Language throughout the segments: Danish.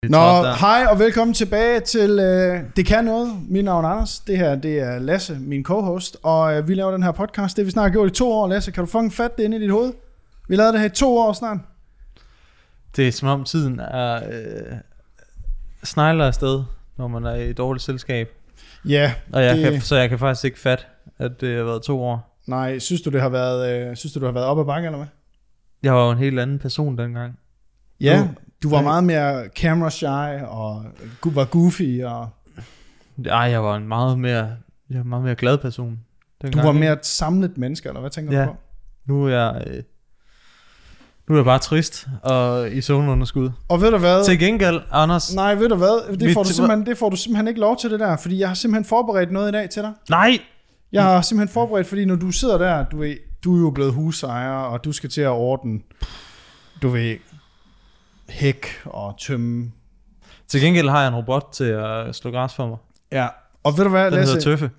Hej og velkommen tilbage til Det Kan Noget. Mit navn er Anders. Det her det er Lasse, min co-host. Og vi laver den her podcast. Det vi snart har gjort i 2 år. Lasse, kan du fucking fatte det inde i dit hoved? Vi lavede det her i 2 år snart. Det er som om tiden er snegler afsted, når man er i dårligt selskab. Ja. Og jeg kan faktisk ikke fatte, at det har været 2 år. Nej, synes du har været op ad bakke eller hvad? Jeg var jo en helt anden person dengang. Ja. Du var meget mere camera shy og var goofy og... Ej, jeg var en meget mere glad person dengang. Du var mere et samlet menneske, eller hvad tænker du på? Nu er jeg bare trist og i søvnunderskud. Og ved du hvad? Til gengæld, Anders... Nej, ved du hvad? Det får du simpelthen ikke lov til det der, fordi jeg har simpelthen forberedt noget i dag til dig. Nej! Jeg har simpelthen forberedt, fordi når du sidder der, du er jo blevet husejer, og du skal til at ordne, du ved... hæk og tømme. Til gengæld har jeg en robot til at slå græs for mig. Ja, og ved du hvad, den Lasse? Den hedder Tøffe.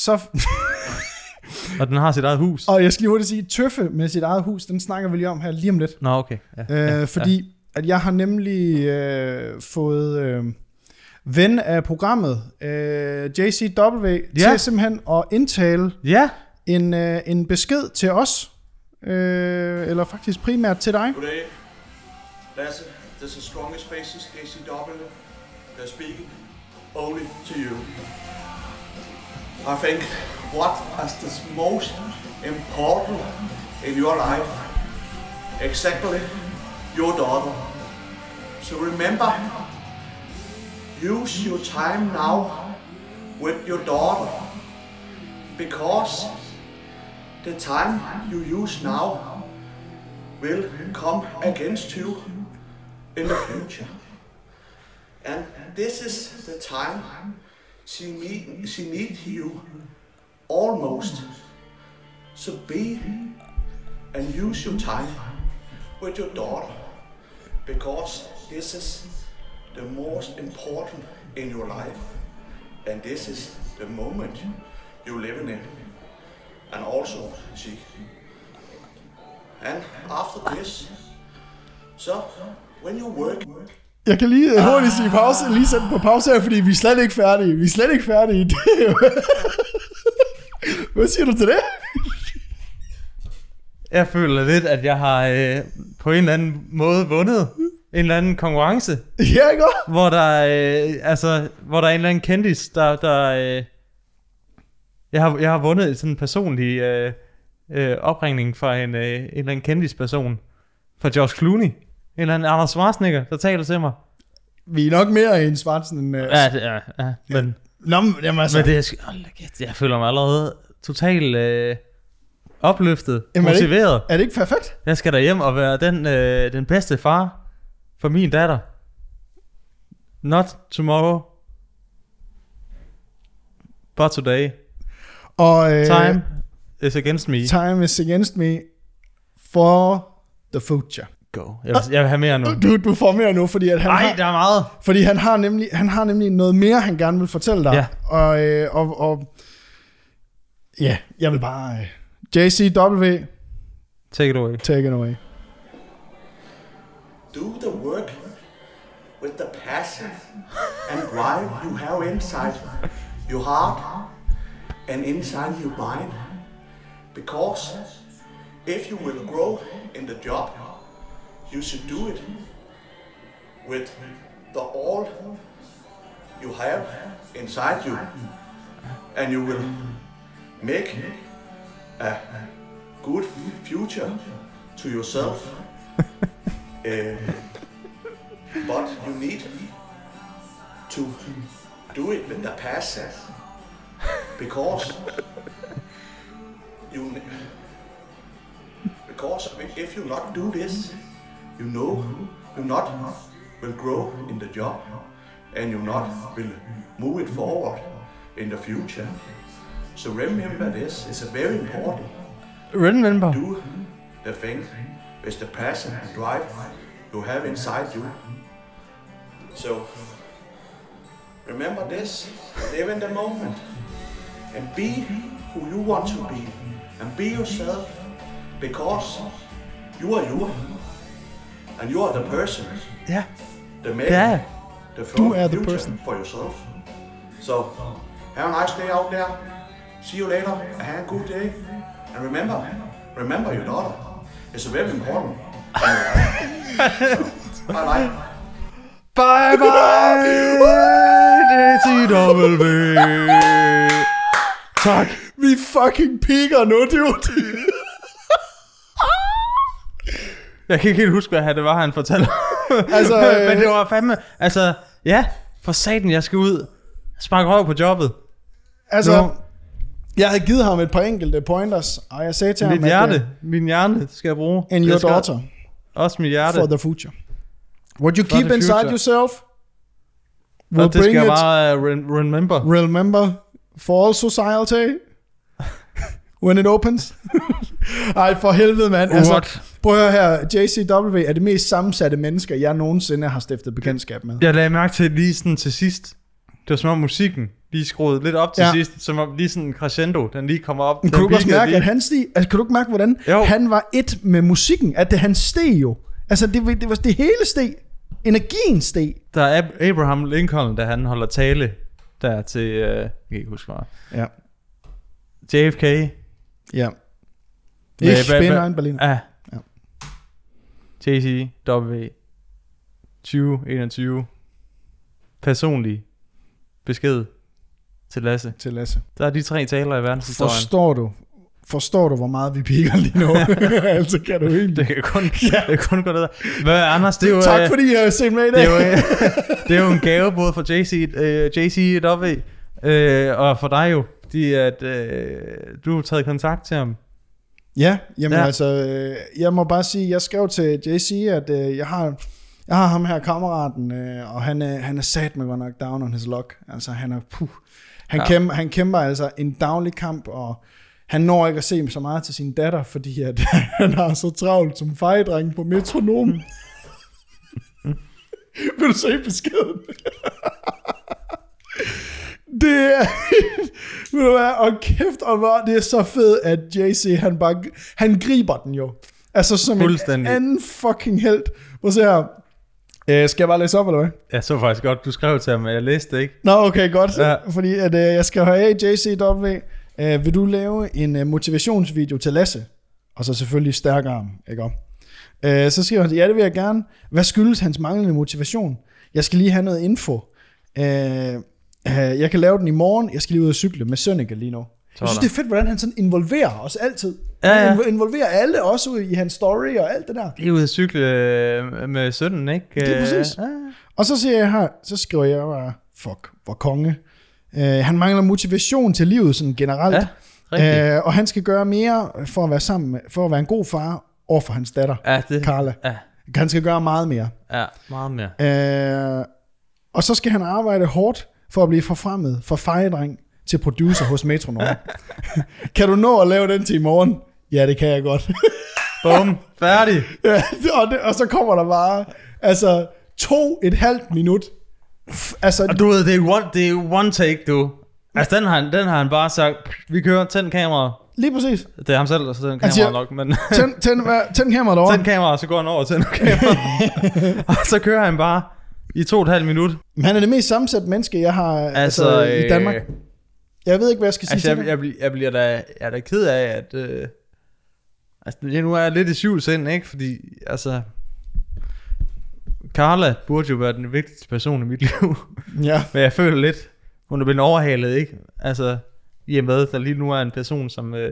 Og den har sit eget hus. Og jeg skal lige hurtigt sige, Tøffe med sit ejet hus, den snakker vi lige om her lige om lidt. Nå, okay. Fordi at jeg har nemlig fået ven af programmet, JCW, til simpelthen at indtale en besked til os. Eller faktisk primært til dig. Goddag. Lasse, this is Strongest Spaces, JCW. They're speaking only to you. I think what is the most important in your life? Exactly your daughter. So remember, use your time now with your daughter, because the time you use now will come against you in the future. And this is the time she needs you almost. So be and use your time with your daughter, because this is the most important in your life, and this is the moment you're living in. And also she. And after this, so when you work... Jeg kan lige hurtigt sige pause, lige sætte på pause her, fordi vi er slet ikke færdige. Hvad siger du til det? Jeg føler lidt, at jeg har på en eller anden måde vundet en eller anden konkurrence. Ja, ikke? Hvor der er en eller anden kendis, der jeg har vundet sådan en personlig opringning fra en eller anden kendisperson, fra George Clooney. En eller anden Arnold Schwarzenegger, der taler til mig. Vi er nok mere en Schwarzenegger. Ja, det er. Men, jamen altså. Men det jeg føler mig allerede totalt opløftet, motiveret. Er det ikke perfekt? Jeg skal derhjem og være den bedste far for min datter. Not tomorrow, but today. Og time is against me. Time is against me for the future. Go. Jeg vil have mere nu. Du får mere nu, fordi at der er meget. Fordi han har nemlig noget mere, han gerne vil fortælle dig. Ja. Og ja, jeg vil bare JCW. Take it away. Do the work with the passion and drive you have inside your heart and inside your mind, because if you will grow in the job, you should do it with the all you have inside you, and you will make a good future to yourself. But you need to do it with the passion, because if you not do this, you know you not will grow in the job, and you not will move it forward in the future. So remember this, it's a very important. Remember. Do the thing with the passion and drive you have inside you. So remember this, live in the moment, and be who you want to be, and be yourself, because you are you, and you are the person. Ja. The man Du er the person. For yourself. So, have a nice day out there. See you later. Have a good day. And remember your daughter. It's very important. So, bye. Bye JCW. Tak. Vi fucking piker nu, dude. Jeg kan ikke helt huske, hvad det var, han fortalte. Altså, men det var fandme... Altså, ja, for satan, jeg skal ud. Spark røv på jobbet. Altså, jeg havde givet ham et par enkelte pointers, og jeg sagde til ham, min hjerne skal jeg bruge. And your daughter. Også mit hjerte. For the future. What you keep inside yourself will det skal bare remember for all society when it opens. Ej, for helvede, mand. Altså, prøv at høre her. JCW er det mest sammensatte mennesker, jeg nogensinde har stiftet bekendtskab med. Jeg lagde mærke til lige sådan til sidst. Det var som om musikken lige skruede lidt op til sidst, som om lige sådan en crescendo, den lige kommer op. Kan du også mærke, at han steg? Altså, kan du ikke mærke, hvordan han var et med musikken? At det han steg jo. Altså, det var det hele steg. Energien steg. Der er Abraham Lincoln, da han holder tale der til, jeg kan ikke huske hvad. Ja. JFK. Ja. Ich bin ein Berliner. Ja. JCW 2021. Personlig besked til Lasse. Der er de 3 taler i verdenshistorien. Forstår du, hvor meget vi piker lige nu? Altså kan du egentlig. Det kan kun gå ned. Hvad, Anders, det er jo... Tak fordi jeg har set med i dag. Det er jo en gave både for JCW og for dig jo. Fordi at du har taget kontakt til ham. Ja, jamen altså, jeg må bare sige, jeg skrev til JC, at jeg har ham her kammeraten, og han er sat med godt nok down on his luck. Altså han er han kæmper altså en daglig kamp, og han når ikke at se så meget til sin datter, fordi at han har så travlt som fejedreng på metronomen. Vil du se beskeden? Det er, ved du hvad, og kæft, og det er så fedt, at JC, han griber den jo. Altså som en anden fucking helt. Prøv at se her. Skal jeg bare læse op, eller hvad? Jeg så faktisk godt, du skrev til ham, men jeg læste det ikke. Nå, okay, godt. Ja. Fordi at, jeg skal have JCW. Vil du lave en motivationsvideo til Lasse? Og så selvfølgelig stærk arm, ikke? Så siger han, ja, det vil jeg gerne. Hvad skyldes hans manglende motivation? Jeg skal lige have noget info. Jeg kan lave den i morgen. Jeg skal lige ud og cykle med Sønneke lige nu. Jeg synes, det er fedt, hvordan han sådan involverer os altid. Ja. Involverer alle, også ud i hans story og alt det der. Lige ud og cykle med sønnen, ikke? Det er præcis. Og så siger jeg her, så skriver jeg bare, fuck, hvor konge. Han mangler motivation til livet sådan generelt. Ja, og han skal gøre mere for at være sammen med, for at være en god far over for hans datter, Carla. Ja. Han skal gøre meget mere. Ja, meget mere. Og så skal han arbejde hårdt for at blive forfremmet fra fejedreng til producer hos Metronome. Kan du nå at lave den til i morgen? Ja, det kan jeg godt. Bum, færdig. Ja, og så kommer der bare, altså 2,5 minut. Altså, og du ved, det er one take, du. Altså, den har han bare sagt, vi kører, tænd kamera. Lige præcis. Det er ham selv, der tænder kamera nok, men... tænd kamera derovre. Tænd kamera, så går han over og tænder kamera. Og så kører han bare i 2,5 minutter. Men han er det mest sammensatte menneske, jeg har altså, i Danmark. Jeg ved ikke, hvad jeg skal sige til det. Jeg er da ked af, at... altså, nu er jeg lidt i syvsind, ikke? Fordi, altså... Carla burde jo være den vigtigste person i mit liv. Ja. Men jeg føler lidt, hun er blevet overhalet, ikke? Altså, i og med, der lige nu er en person,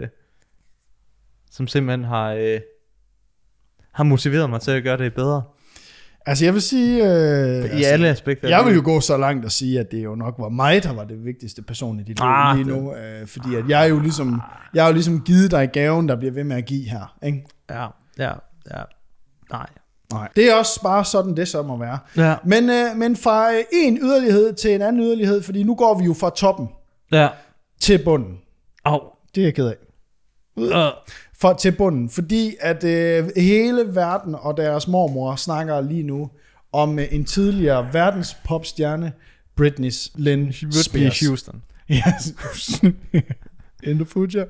som simpelthen har motiveret mig til at gøre det bedre. Altså, jeg vil sige... I alle aspekter. Jeg vil jo gå så langt og sige, at det jo nok var mig, der var det vigtigste person i dit liv lige nu. Fordi at jeg er jo ligesom givet dig gaven, der bliver ved med at give her, ikke? Ja. Nej. Det er også bare sådan, det så må være. Ja. Men fra en yderlighed til en anden yderlighed, fordi nu går vi jo fra toppen til bunden. Det er jeg ked af. Til bunden, fordi at hele verden og deres mormor snakker lige nu om en tidligere verdens popstjerne, Britney Spears. Houston. Yes. In the future.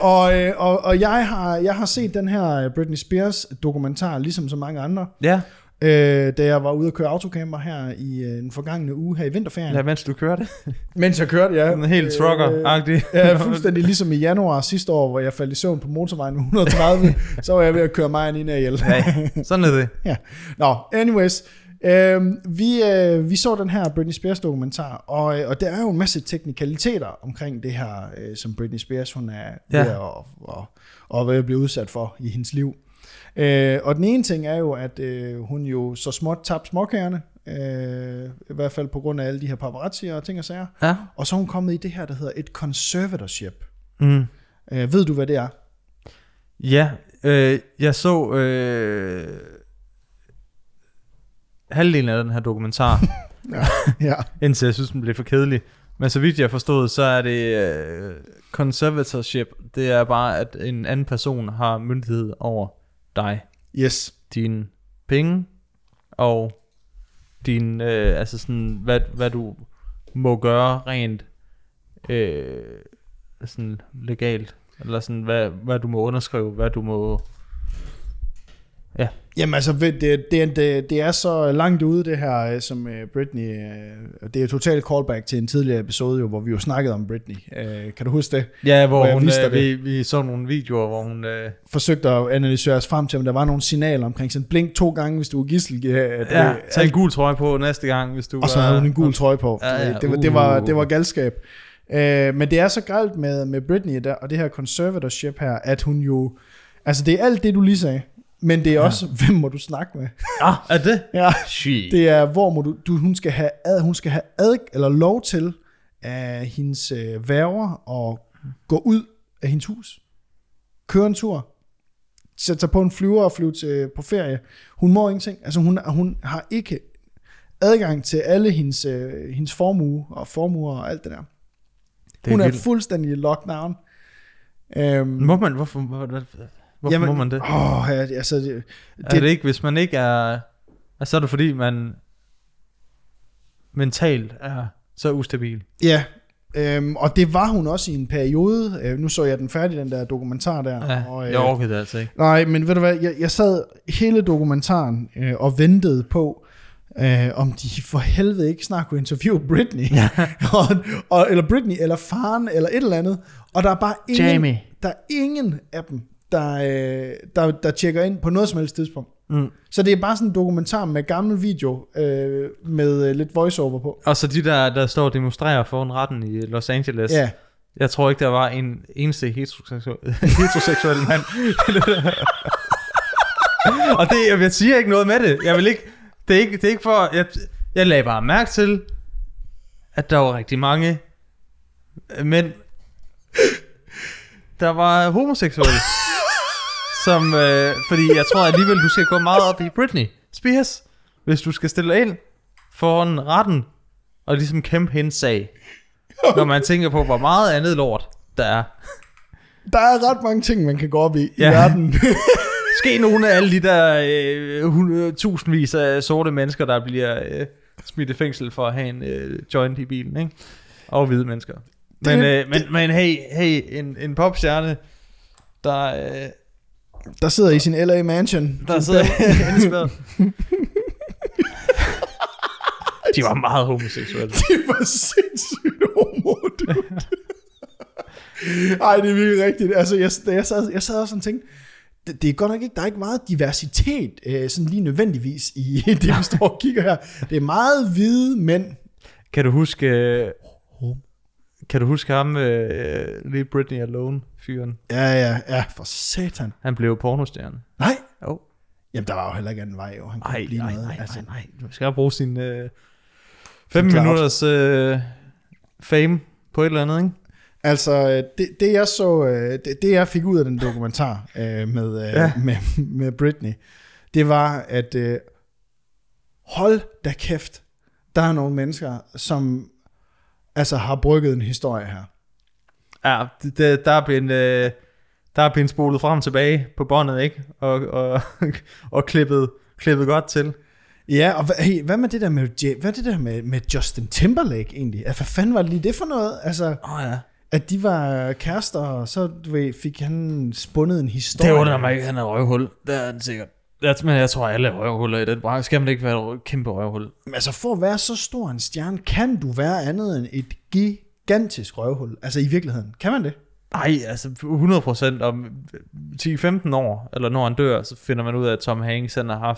Og jeg har set den her Britney Spears dokumentar, ligesom så mange andre. Ja. da jeg var ude at køre autocamper her i den forgangne uge her i vinterferien. Ja, mens du kørte. Mens jeg kørte, ja. En helt trucker-agtig. Ja, fuldstændig ligesom i januar sidste år, hvor jeg faldt i søvn på motorvejen med 130, så var jeg ved at køre mig ind af ihjel. Ja, sådan er det. Ja. Nå, anyways. Vi så den her Britney Spears dokumentar, og der er jo en masse teknikaliteter omkring det her, som Britney Spears hun er ved at blive udsat for i hendes liv. Og den ene ting er jo, at hun jo så småt tabte småkagerne, i hvert fald på grund af alle de her paparazzi og ting og sager. Ja. Og så er hun kommet i det her, der hedder et conservatorship. Ved du, hvad det er? Ja, jeg så halvdelen af den her dokumentar, ja. indtil jeg synes, den blev for kedelig. Men så vidt jeg forstod, så er det conservatorship. Det er bare, at en anden person har myndighed over dig. Yes. Dine penge og din, altså sådan, hvad du må gøre rent sådan legalt. Eller sådan, hvad du må underskrive, hvad du må... Ja. Jamen altså, det er så langt ude det her, som Britney, det er et totalt callback til en tidligere episode, jo, hvor vi jo snakkede om Britney. Kan du huske det? Ja, hvor vi så nogle videoer, hvor hun... forsøgte at analysere os frem til, om der var nogle signaler omkring sådan blink 2 gange, hvis du er gidsel. Tag en gul trøje på næste gang, hvis du... Og så havde hun en gul trøje på. Ja. Det var galskab. Men det er så galt med Britney der, og det her conservatorship her, at hun jo... Altså, det er alt det, du lige sagde. Men det er også, hvem må du snakke med? Er det? Ja. Shit. Det er, hvor må hun skal have eller lov til af hendes værger at gå ud af hendes hus. Køre en tur. Sætte sig på en flyver og flyve på ferie. Hun må ingenting. Altså hun har ikke adgang til alle hendes formuer og alt det der. Hun er fuldstændig locked down. Må man? Hvorfor må man det? Er det ikke, hvis man ikke er... Altså er det fordi, man mentalt er så ustabil? Ja, og det var hun også i en periode. Nu så jeg den færdig, den der dokumentar der. Ja, og, jeg orkede det altså ikke. Nej, men ved du hvad, jeg sad hele dokumentaren og ventede på, om de for helvede ikke snart kunne interviewe Britney. Ja. eller Britney, eller faren, eller et eller andet. Og der er bare ingen af dem, der tjekker ind på noget som helst tidspunkt. Så det er bare sådan en dokumentar med gammel video med lidt voiceover på. Og så de der står og demonstrerer foran retten i Los Angeles. Ja. Jeg tror ikke der var en eneste heteroseksuel mand. Og jeg siger ikke noget med det. Jeg vil ikke. Det er ikke for. Jeg lagde bare mærke til, at der var rigtig mange mænd, der var homoseksuelle. Som, fordi jeg tror alligevel, du skal gå meget op i Britney Spears, hvis du skal stille ind foran retten og ligesom kæmpe hendes sag. Når man tænker på, hvor meget andet lort der er. Der er ret mange ting, man kan gå op i verden. Ske nogle af alle de der tusindvis af sorte mennesker, der bliver smidt i fængsel for at have en joint i bilen, ikke? Og hvide mennesker. Men hey, en popstjerne, der sidder i sin LA mansion. Der sidder indespærret. De var meget homoseksuelle. De var sindssygt homo, dude. Ej, det er virkelig rigtigt. Altså, jeg sad også og tænkte, det er godt nok ikke, der er ikke meget diversitet, sådan lige nødvendigvis i det, vi står og kigger her. Det er meget hvide mænd. Kan du huske ham, lige Britney Alone-fyren? Ja, for satan. Han blev pornostjerne. Nej. Jo. Jamen, der var jo heller ikke anden vej, jo. Han kunne blive noget. Nej. Du skal bruge sin 5 minutters fame på et eller andet, ikke? Altså, det jeg fik ud af den dokumentar med Britney, det var, at hold da kæft, der er nogle mennesker, som altså har brygget en historie her. Ja, der er blevet spolet frem og tilbage på båndet, ikke? Og klippet godt til. Ja, og hvad med det der med Justin Timberlake egentlig? Hvad fanden var det lige det for noget? Altså, ja. At de var kærester, og så fik han spundet en historie. Det undrer mig ikke, han er røvhul. Det er han sikkert. Men jeg tror, alle røvhuller i den branche. Skal man ikke være et kæmpe røvhul? Men altså, for at være så stor en stjerne, kan du være andet end et gigantisk røvhul? Altså, i virkeligheden. Kan man det? Nej, altså 100% om 10-15 år, eller når han dør, så finder man ud af, at Tom Hanks, han har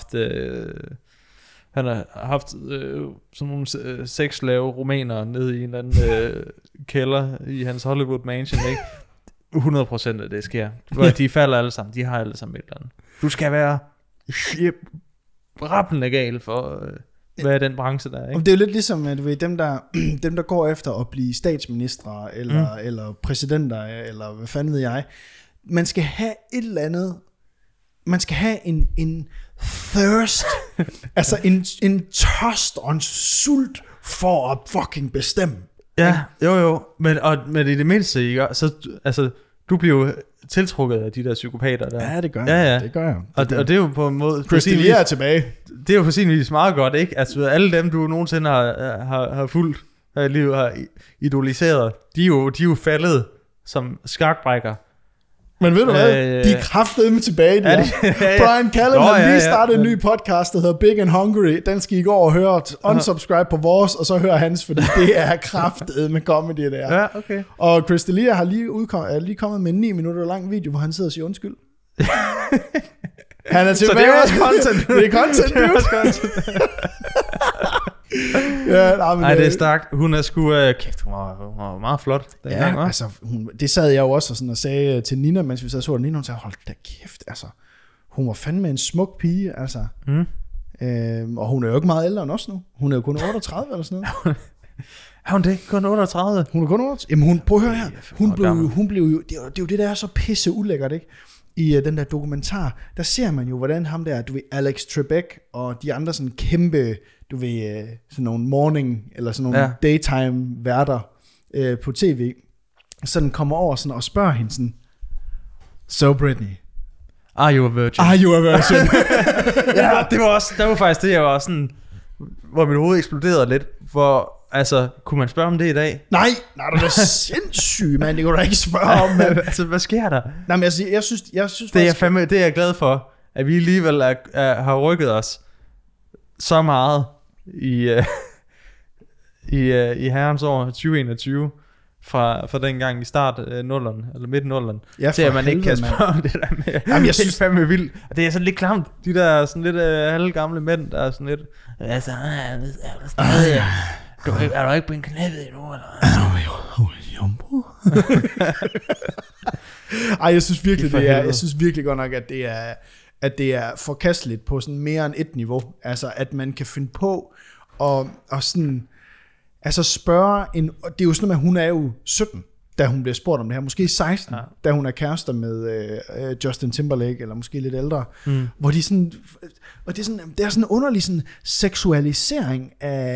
haft sådan nogle sexslave rumænere nede i en eller anden kælder i hans Hollywood Mansion, ikke? 100% af det sker. De falder alle sammen. De har alle sammen et eller andet. Du skal være rappelende gal for hvad er den branche der, ikke? Og det er jo lidt ligesom, at du ved, dem der går efter at blive statsministre eller præsidenter eller hvad fanden ved jeg. Man skal have et eller andet. Man skal have en thirst, altså en tørst og en sult for at fucking bestemme. Ja, jo. Men i det mindste, ikke? Så altså du bliver jo tiltrukket af de der psykopater der. Ja, det gør jeg. Ja. Det gør jeg. Og det er jo på en måde... Christy Lee er tilbage. Det er jo på sin vis meget godt, ikke? Altså alle dem, du nogensinde har fulgt her i livet, har idoliseret, de er jo faldet som skakbrækker. Men ved du hvad? De er kraftedeme tilbage. Brian Callen har lige startet en ny podcast, der hedder Big and Hungry. Den skal I gå og høre. Unsubscribe på vores, og så høre hans, fordi det er kraftedeme comedy, det er. Ja, okay. Og Chris D'Elia har lige kommet med en 9 minutter lang video, hvor han sidder og siger undskyld. Han er tilbage. Så det er også content. Det er content, det er også content. Nej, det er stærkt. Hun er sgu... kæft, hun var meget flot. Gang, altså, det sad jeg jo også og sagde til Nina, mens vi sad og så det. Nina, hun sagde, hold da kæft, altså. Hun var fandme en smuk pige, altså. Og hun er jo ikke meget ældre end os nu. Hun er jo kun 38 eller sådan noget. Er hun det? Kun 38? Hun er kun 38. Jamen, prøv at høre her. Hun blev jo... Det er jo det, der er så pisse ulækkert, ikke? I den der dokumentar, der ser man jo, hvordan ham der, du ved, Alex Trebek og de andre sådan kæmpe, du ved, sådan nogle morning, eller sådan nogle daytime værter på tv, sådan kommer over sådan og spørger hende sådan, So Britney, Are you a virgin? Are you a virgin? Ja, det var faktisk det, jeg var sådan, hvor mit hoved eksploderede lidt, hvor, altså, kunne man spørge om det i dag? Nej, det er sindssygt, mand, det kunne du ikke spørge om, mand. Altså, hvad sker der? Nej, men jeg synes det er jeg glad for, at vi alligevel har rykket os så meget i herrens år 2021, fra dengang i start nullerne, eller midt nullerne, til at man ikke kan spørge om det der med. Jamen, jeg synes fandme vildt. Og det er sådan lidt klamt. De der sådan lidt halvgamle mænd, der er sådan lidt, altså, er du ikke blevet knæppet endnu, eller? Jumbo. Ej, jeg synes virkelig godt nok, at det er forkasteligt på sådan mere end et niveau. Altså, at man kan finde på og sådan, altså spørge en, det er jo sådan noget med, hun er jo 17, da hun bliver spurgt om det her, måske 16, da hun er kærester med Justin Timberlake, eller måske lidt ældre, hvor de sådan, og det er sådan en underlig sådan seksualisering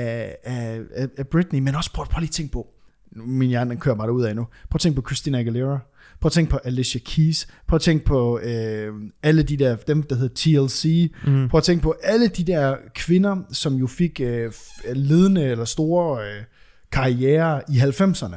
af Britney, men også prøv lige at tænke på, min hjerne kører mig derud af nu, prøv at tænke på Christina Aguilera, prøv at tænke på Alicia Keys, prøv at tænke på alle de der, dem der hedder TLC, prøv at tænke på alle de der kvinder, som jo fik ledende eller store karriere i 90'erne.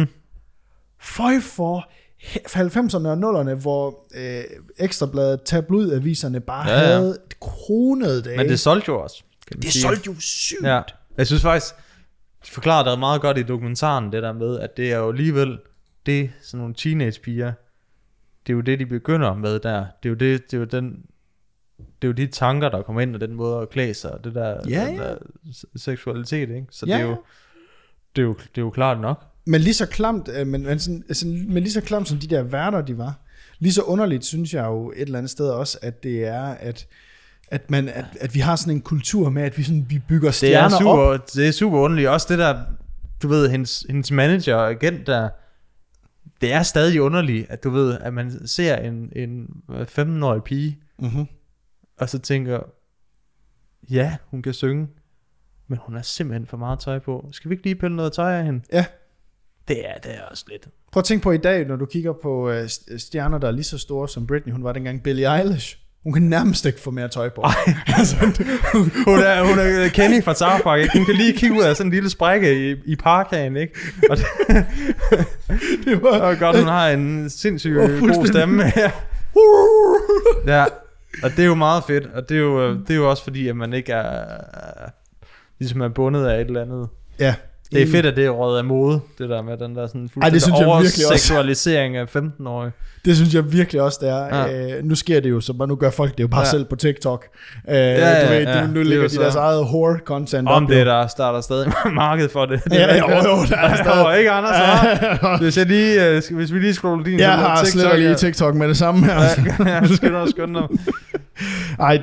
Føj for 90'erne og 0'erne, hvor Ekstrabladet, tabloidaviserne bare havde kronede dage. Men det solgte jo også. Det solgte jo sygt. Ja. Jeg synes faktisk, de forklarer det meget godt i dokumentaren, det der med, at det er jo alligevel det, sådan nogle teenagepiger, det er jo det, de begynder med der. Det er jo de tanker, der kommer ind, og den måde at klæde sig, og det der, der seksualitet, ikke? Så det er jo klart nok. Men lige så klamt, men lige så klamt som de der værter, de var, lige så underligt synes jeg jo et eller andet sted også, at det er, at vi har sådan en kultur med, at vi bygger stjerner op. Det er super underligt. Også det der, du ved, hendes manager og agent der, det er stadig underligt, at du ved, at man ser en 15-årig pige, og så tænker, ja, hun kan synge, men hun har simpelthen for meget tøj på. Skal vi ikke lige pille noget tøj af hende? Ja. Det er også lidt. Prøv at tænke på i dag, når du kigger på stjerner, der er lige så store som Britney. Hun var dengang Billie Eilish. Hun kan nærmest ikke få mere tøj på. Altså, hun er Kenny fra South Park, ikke? Hun kan lige kigge ud af sådan en lille sprække i parkagen, ikke? Og det var godt, hun har en sindssygt god stemme. Ja. Og det er jo meget fedt, og det er jo også fordi, at man ikke er ligesom er bundet af et eller andet. Ja. Det er fedt, at det er røget af mode, det der med den der sådan fuldstændig overseksualisering af 15-årige. Det synes jeg virkelig også, det er. Ja. Nu sker det jo, så nu gør folk det jo bare selv på TikTok. Nu lægger de deres eget whore-content om det, der starter stadig marked for det. Der er stadig. Ikke, Anders? Hvis vi lige scroller din jeg har slet lige TikTok med det samme her. Ja, skønne dig. Ej,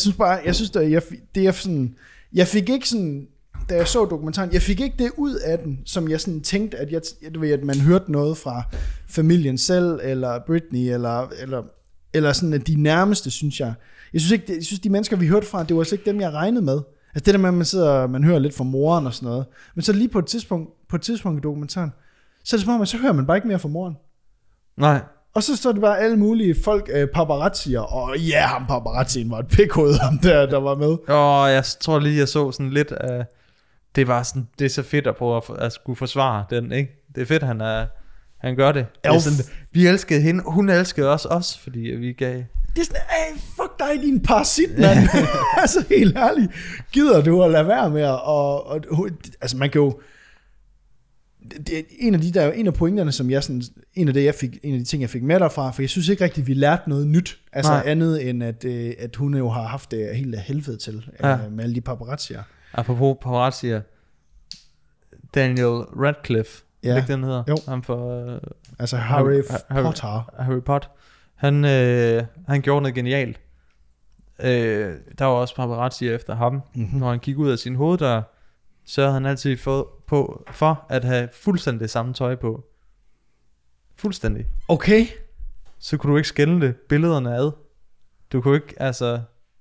jeg fik ikke sådan, da jeg så dokumentaren, jeg fik ikke det ud af den, som jeg sådan tænkte, at man hørte noget fra familien selv, eller Britney, eller sådan, at de nærmeste, synes jeg. Jeg synes, de mennesker, vi hørte fra, det var altså ikke dem, jeg regnede med. Altså det der med, at man hører lidt fra moren og sådan noget. Men så lige på et tidspunkt i dokumentaren, så er det som om, så hører man bare ikke mere fra moren. Nej. Og så står det bare alle mulige folk, paparazzier, og ham paparazzien var et pikhoved, ham der var med. Jeg tror lige, jeg så sådan lidt af... Det er så fedt at prøve at skulle forsvare den, ikke? Det er fedt, han gør det. Det er sådan, vi elskede hende, hun elskede os, fordi vi gav... Det er sådan, fuck dig, din parasit, mand. Altså helt ærligt. Gider du at lade være med altså man kan jo... Det er en af pointerne, som jeg sådan... En af de ting, jeg fik med derfra, for jeg synes ikke rigtigt, vi lærte noget nyt. Altså andet end, at hun jo har haft det helt af helvede til, med alle de paparazzier. Apropos paparazzier, Daniel Radcliffe, ikke den hedder? Jo. Han for, altså Harry Potter. Harry Potter. Han gjorde noget genialt. Der var også paparazzier efter ham. Mm-hmm. Når han gik ud af sin hoved, der sørgede han altid for at have fuldstændig det samme tøj på. Fuldstændig. Okay. Så kunne du ikke skelne billederne ad. Du kunne ikke, altså...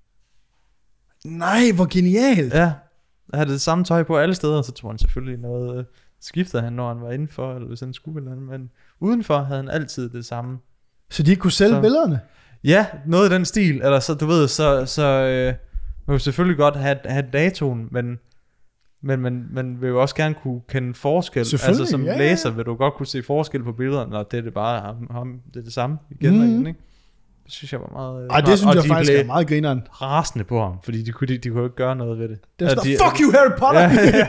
Nej, hvor genialt. Ja, havde det samme tøj på alle steder, så tog han selvfølgelig noget, skiftede han, når han var indenfor, eller hvis han skulle eller andet, men udenfor havde han altid det samme. Så de ikke kunne sælge billederne? Ja, noget i den stil, eller så, du ved, så man kunne selvfølgelig godt have datoen, men man vil jo også gerne kunne kende forskel. Altså som læser vil du godt kunne se forskel på billederne, og det er det bare ham, det er det samme igen og igen, ikke? Det synes jeg var meget... det synes jeg faktisk er meget grineren. Rasende på ham, fordi de kunne jo ikke gøre noget ved det. Det er sådan, fuck you Harry Potter!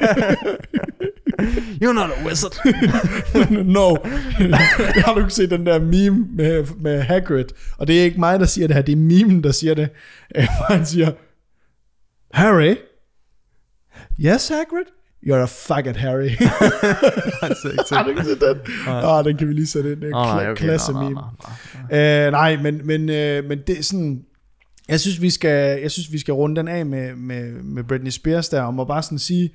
You're not a wizard. No. Har du ikke set den der meme med Hagrid? Og det er ikke mig, der siger det her, det er memen, der siger det. Han siger, Harry? Yes, Hagrid? You're a faggot, Harry. Har du ikke set den? Den kan vi lige sætte ind. Det er en klasse meme. Nej, men det er sådan... Jeg synes, vi skal runde den af med Britney Spears der, og må bare sådan sige,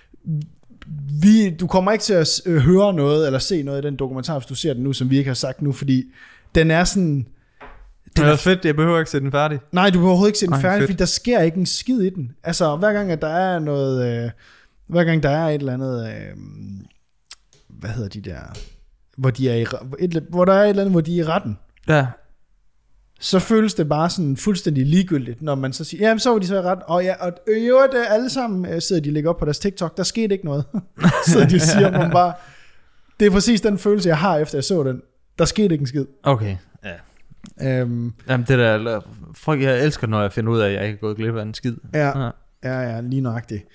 du kommer ikke til at høre noget, eller se noget i den dokumentar, hvis du ser den nu, som vi ikke har sagt nu, fordi den er sådan... Det er fedt, jeg behøver ikke se den færdig. Nej, du behøver overhovedet ikke se den færdig, fordi der sker ikke en skid i den. Altså, hver gang, at der er noget... Hver gang der er et eller andet, hvad hedder de der, hvor der er et eller andet, hvor de er i retten, så føles det bare sådan fuldstændig ligegyldigt, når man så siger, jamen så var de så i retten, og det alle sammen sidder de lægger op på deres TikTok, der skete ikke noget, så de siger man bare, det er præcis den følelse jeg har efter jeg så den, der skete ikke en skid. Okay, ja. Jamen det der, folk jeg elsker når jeg finder ud af at jeg ikke er gået glip af en skid. Ja, lige nøjagtigt.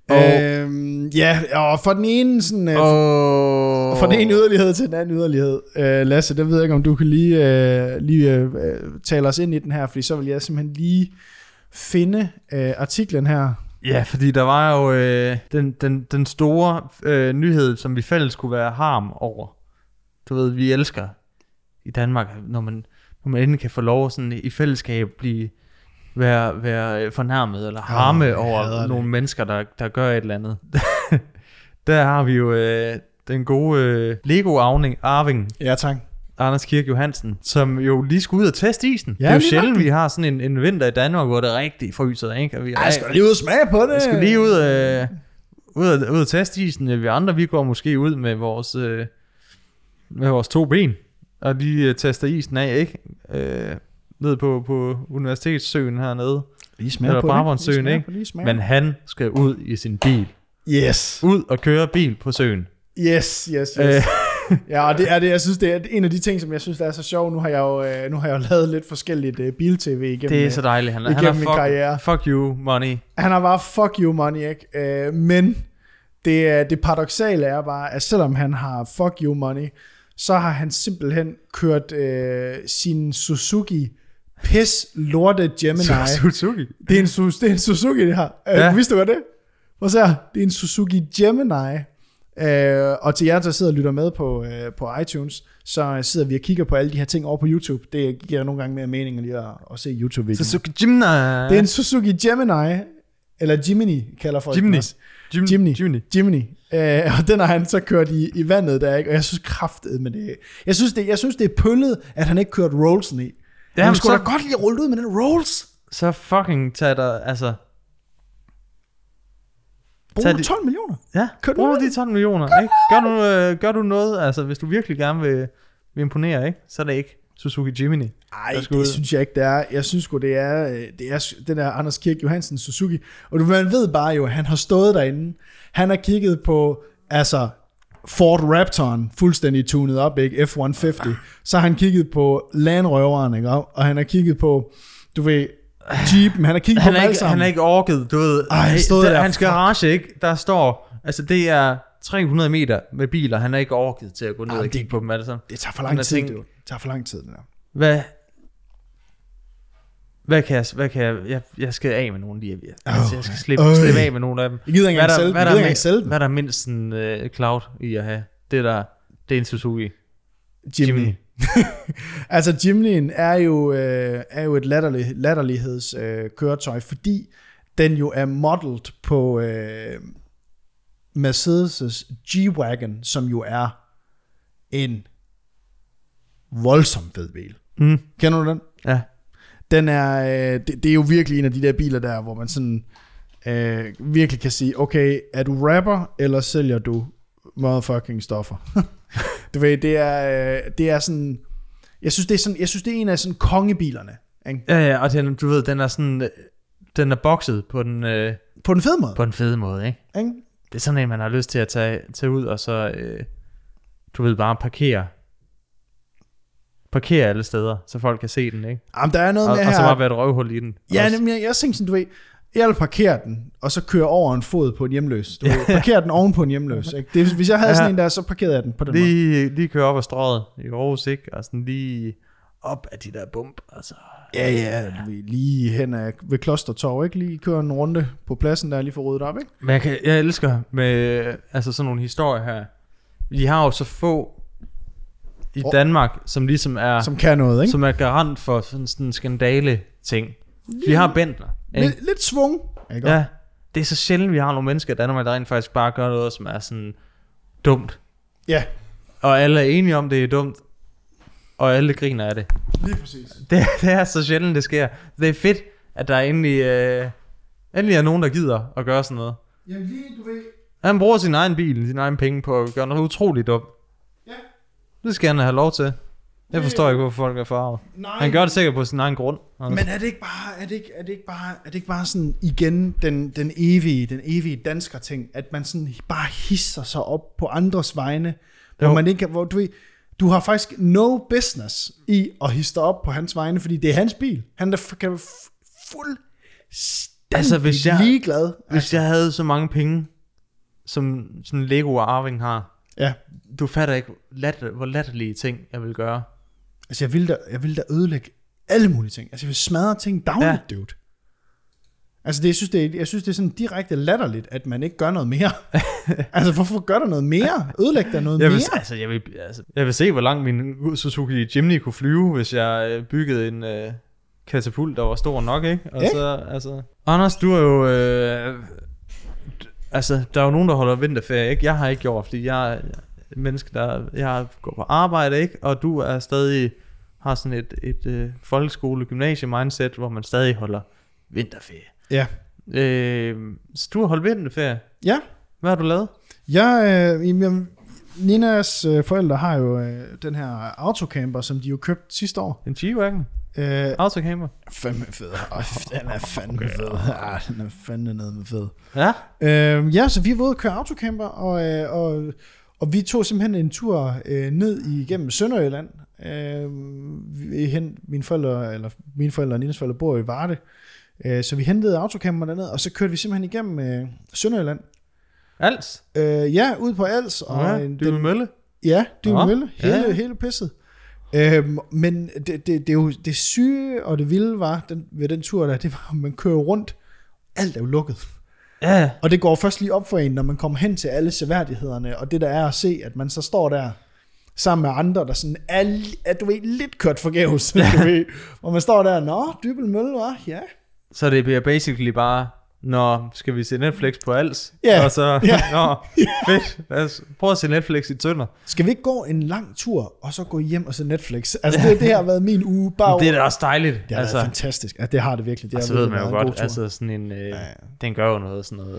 Og for den ene sådan, fra den ene yderlighed til den anden yderlighed, Lasse, der ved jeg ikke om du kan lige tale os ind i den her, fordi så vil jeg simpelthen lige finde artiklen her. Ja, fordi der var jo den store nyhed, som vi fælles kunne være harm over. Du ved, vi elsker i Danmark, når man endelig kan få lov sådan i fællesskab være fornærmet eller harme over nogle mennesker, der gør et eller andet. Der har vi jo den gode Lego-arving. Ja, tak. Anders Kirk Johansen, som jo lige skulle ud og teste isen. Ja, det er jo sjældent, vi har sådan en vinter i Danmark, hvor det rigtig fryser, ikke? Og jeg skal lige ud og smage på det. Jeg skal lige ud og teste isen. Vi andre, vi går måske ud med vores 2 ben, og lige tester isen af, ikke? Ned på Universitetssøen hernede. Lige smager på Brabrandssøen, ikke? Men han skal ud i sin bil. Yes. Ud og køre bil på søen. Yes. Ja, og det er det, jeg synes, det er en af de ting, som jeg synes, der er så sjov. Nu har jeg jo lavet lidt forskelligt bil-tv igennem. Det er så dejligt. Han min karriere. Fuck you, money. Han har bare fuck you, money, ikke? Men det paradoksale er bare, at selvom han har fuck you, money, så har han simpelthen kørt sin Suzuki pis lorte Gemini. Suzuki? Det er en Suzuki, det her. Ja. Vidste du godt det? Prøv at se her. Det er en Suzuki Gemini. Og til jer, der sidder og lytter med på iTunes, så sidder vi og kigger på alle de her ting over på YouTube. Det giver nogle gange mere mening end lige at se YouTube-videoen. Suzuki Gemini. Det er en Suzuki Gemini, eller Jimny kalder folk Jimny. Og den har han så kørt i vandet der, ikke? Og jeg synes kraftet med det. Jeg synes det er pøllet, at han ikke kørt Rollsen i. Han skulle da godt lige rulle ud med den Rolls. Så fucking tag dig, altså... Bruger du 12 millioner? Ja, bruger de 12 millioner, ikke? Gør du noget, altså hvis du virkelig gerne vil imponere, ikke? Så er det ikke Suzuki Jimny. Nej, det synes jeg ikke, det er. Jeg synes sgu, det er den der Anders Kirk Johansen Suzuki. Og man ved bare jo, at han har stået derinde. Han har kigget på, altså... Ford Raptoren, fuldstændig tunet op, ikke? F-150. Så har han kigget på Landrøveren, ikke? Og han har kigget på, du ved, Jeepen. Han har kigget på dem alle sammen. Han har ikke orket, du ved. Hans garage, ikke? Der står, altså det er 300 meter med biler. Han har ikke orket til at gå ned og kigge på dem alle sammen. Det tager for lang tid, det tager for lang tid, det der. Hvad kan jeg skal af med nogle lige. Jeg skal slippe af med nogle af dem. Jeg gider ikke engang selv. Hvad er der mindst en cloud i at have? Det er en Suzuki. Jimny. Altså Jimny'en er jo et latterlighedskøretøj, fordi den jo er modeled på Mercedes' G-Wagon, som jo er en voldsom fed bil. Kender du den? Ja. Den er, det er jo virkelig en af de der biler der, hvor man sådan virkelig kan sige, okay, er du rapper, eller sælger du motherfucking stoffer? Du ved, det er sådan, jeg synes det er en af sådan kongebilerne. Ikke? Ja, og du ved, den er sådan, den er bokset på den fede måde. På den fede måde, ikke? Det er sådan en, man har lyst til at tage ud, og så, du ved, bare parkere alle steder, så folk kan se den, ikke? Jamen, der er noget med og så bare være et røvhul i den. Ja, nemlig, jeg tænker sådan, du ved, jeg vil parkere den, og så køre over en fod på en hjemløs. Du ved, parkere den oven på en hjemløs, ikke? Hvis jeg havde sådan en der, så parkerede jeg den på den måde. Lige køre op ad strøget i Aarhus, ikke? Og sådan lige op af de der bump, altså. Ja, du ved, lige hen ved Klostertorv, ikke? Lige køre en runde på pladsen der, lige få ryddet op, ikke? Men jeg elsker med altså sådan nogle historier her. Vi har jo så få i Danmark, som ligesom er... Som kan noget, ikke? Som er garant for sådan en skandale ting. Vi har Bentner. Lidt svung. Ikke? Ja, det er så sjældent, vi har nogle mennesker i Danmark, der rent faktisk bare gør noget, som er sådan dumt. Ja. Og alle er enige om, det er dumt. Og alle griner af det. Lige præcis. Det er så sjældent, det sker. Det er fedt, at der endelig er nogen, der gider at gøre sådan noget. Jamen lige, du ved... Han bruger sin egen bil, sin egen penge på at gøre noget utroligt dumt. Ja. Det skal han have lov til. Jeg forstår ikke, hvorfor folk er farvet. Han gør det sikkert på sin egen grund. Men er det ikke bare sådan igen den evige dansker ting, at man sådan bare hisser sig op på andres vegne, hvor man ikke, hvor du har faktisk no business i at hisse op på hans vegne, fordi det er hans bil. Han kan være fuldstændig ligeglad. Hvis jeg havde så mange penge, som sådan Lego og Arving har, ja. Du fatter ikke, hvor latterlige ting jeg vil gøre. Altså jeg vil da ødelægge alle mulige ting. Altså jeg vil smadre ting dagligt, dude. Altså jeg synes det er sådan direkte latterligt, at man ikke gør noget mere. Altså hvorfor gør der noget mere? Ødelæg der noget mere? Jeg vil se, hvor langt min Suzuki Jimny kunne flyve, hvis jeg byggede en katapult, der var stor nok, ikke? Og så, altså... Anders, du er jo... altså, der er jo nogen, der holder vinterferie, ikke? Jeg har ikke gjort, fordi jeg er menneske, jeg går på arbejde, ikke? Og du er stadig... har sådan et folkeskole, gymnasie-mindset, hvor man stadig holder vinterferie. Ja. Så du har holdt vinterferie? Ja. Hvad har du lavet? Ninas forældre har jo den her autocamper, som de jo købte sidste år. En G-Wagon? Autocamper? Fandme fed. Den er fandme fed. Den er fandme nede med fed. Ja? Ja, så vi har været ude at køre autocamper, Og vi tog simpelthen en tur ned igennem Sønderjylland. Mine forældre og Nines forældre bor i Varde. Så vi hentede autocamper derned, og så kørte vi simpelthen igennem Sønderjylland. Als? Ja, ude på Als. Og Dybbølmølle? Ja, Dybbølmølle. Hele pisset. Men det er jo det syge og det vilde var ved den tur der, det var, at man kører rundt. Alt er jo lukket. Ja. Og det går først lige op for en, når man kommer hen til alle seværdighederne, og det der er at se, at man så står der sammen med andre, der sådan er du ved, lidt kørt forgæves, du ved, hvor man står der, nå, Dybbølmølle, hva? Ja. Så det bliver basically bare, skal vi se Netflix på Als? Ja. Og så, fedt, lad os prøve at se Netflix i Tønder. Skal vi ikke gå en lang tur, og så gå hjem og se Netflix? Altså det har været min uge. Bare det er da også dejligt. Det har været fantastisk. Ja, det har det virkelig. Det så ved man jo godt, altså sådan en, den gør jo noget, sådan